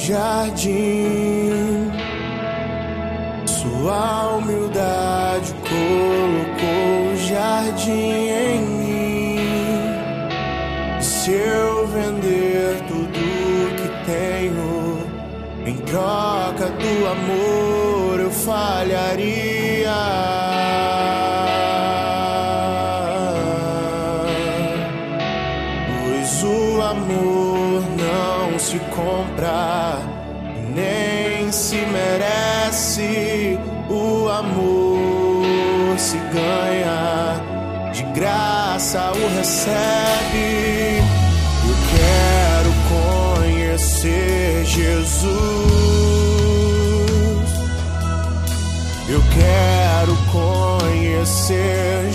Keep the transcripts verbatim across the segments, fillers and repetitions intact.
jardim. Sua humildade colocou o jardim em mim. Se eu vender tudo que tenho em troca do amor, eu falharia. Pois o amor não se compra, nem se merece. O amor se ganha, de graça o recebe. Eu quero conhecer Jesus. Eu quero conhecer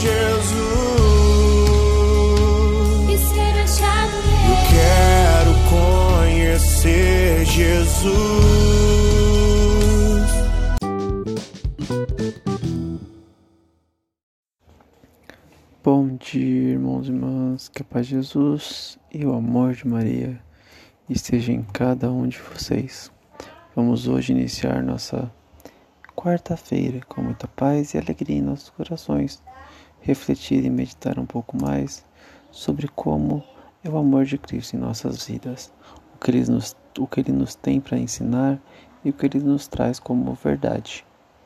Jesus. E ser achado nele. Eu quero conhecer Jesus. Bom dia, irmãos e irmãs, que a paz de Jesus e o amor de Maria esteja em cada um de vocês. Vamos hoje iniciar nossa quarta-feira com muita paz e alegria em nossos corações, refletir e meditar um pouco mais sobre como é o amor de Cristo em nossas vidas, o que Ele nos, o que Ele nos tem para ensinar e o que Ele nos traz como verdade.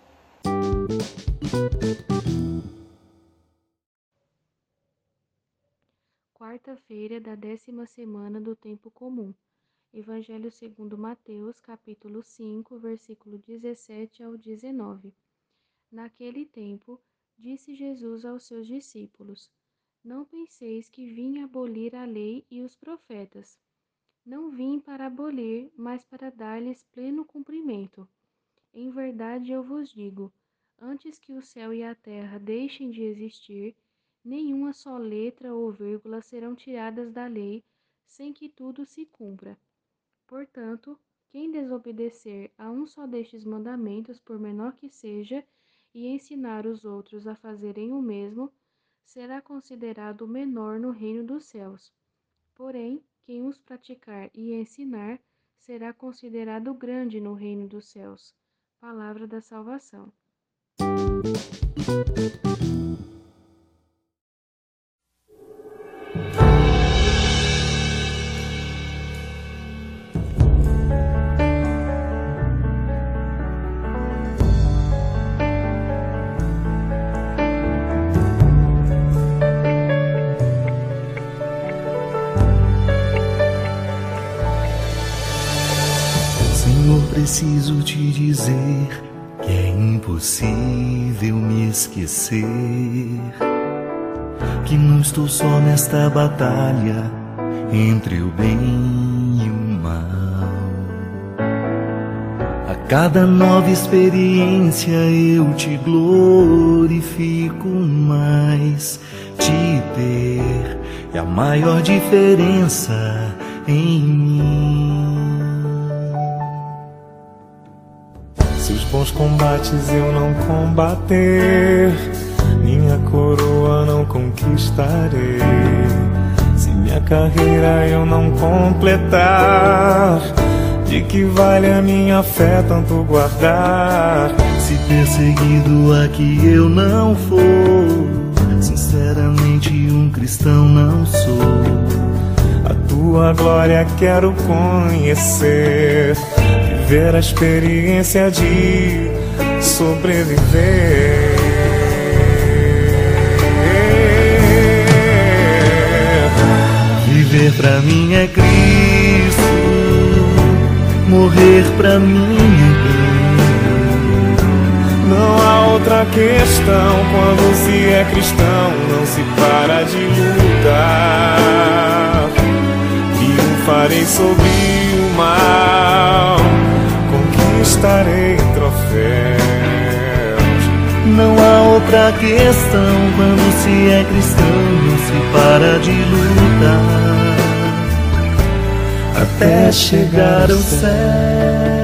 Quarta-feira da décima semana do tempo comum. Evangelho segundo Mateus, capítulo cinco, versículo dezessete ao dezenove. Naquele tempo, disse Jesus aos seus discípulos: Não penseis que vim abolir a lei e os profetas. Não vim para abolir, mas para dar-lhes pleno cumprimento. Em verdade eu vos digo, antes que o céu e a terra deixem de existir, nenhuma só letra ou vírgula serão tiradas da lei, sem que tudo se cumpra. Portanto, quem desobedecer a um só destes mandamentos, por menor que seja, e ensinar os outros a fazerem o mesmo, será considerado menor no reino dos céus. Porém, quem os praticar e ensinar, será considerado grande no reino dos céus. Palavra da salvação. Preciso te dizer que é impossível me esquecer, que não estou só nesta batalha entre o bem e o mal. A cada nova experiência eu te glorifico mais. Te ter é a maior diferença em mim. Se os bons combates eu não combater, minha coroa não conquistarei. Se minha carreira eu não completar, de que vale a minha fé tanto guardar? Se perseguido aqui eu não for, sinceramente um cristão não sou. A tua glória quero conhecer, viver a experiência de sobreviver. Viver pra mim é Cristo, morrer pra mim é Cristo. Não há outra questão, quando se é cristão não se para de lutar. Triunfarei sobre o mal, conquistarei troféus. Não há outra questão, quando se é cristão não se para de lutar, até chegar ao céu.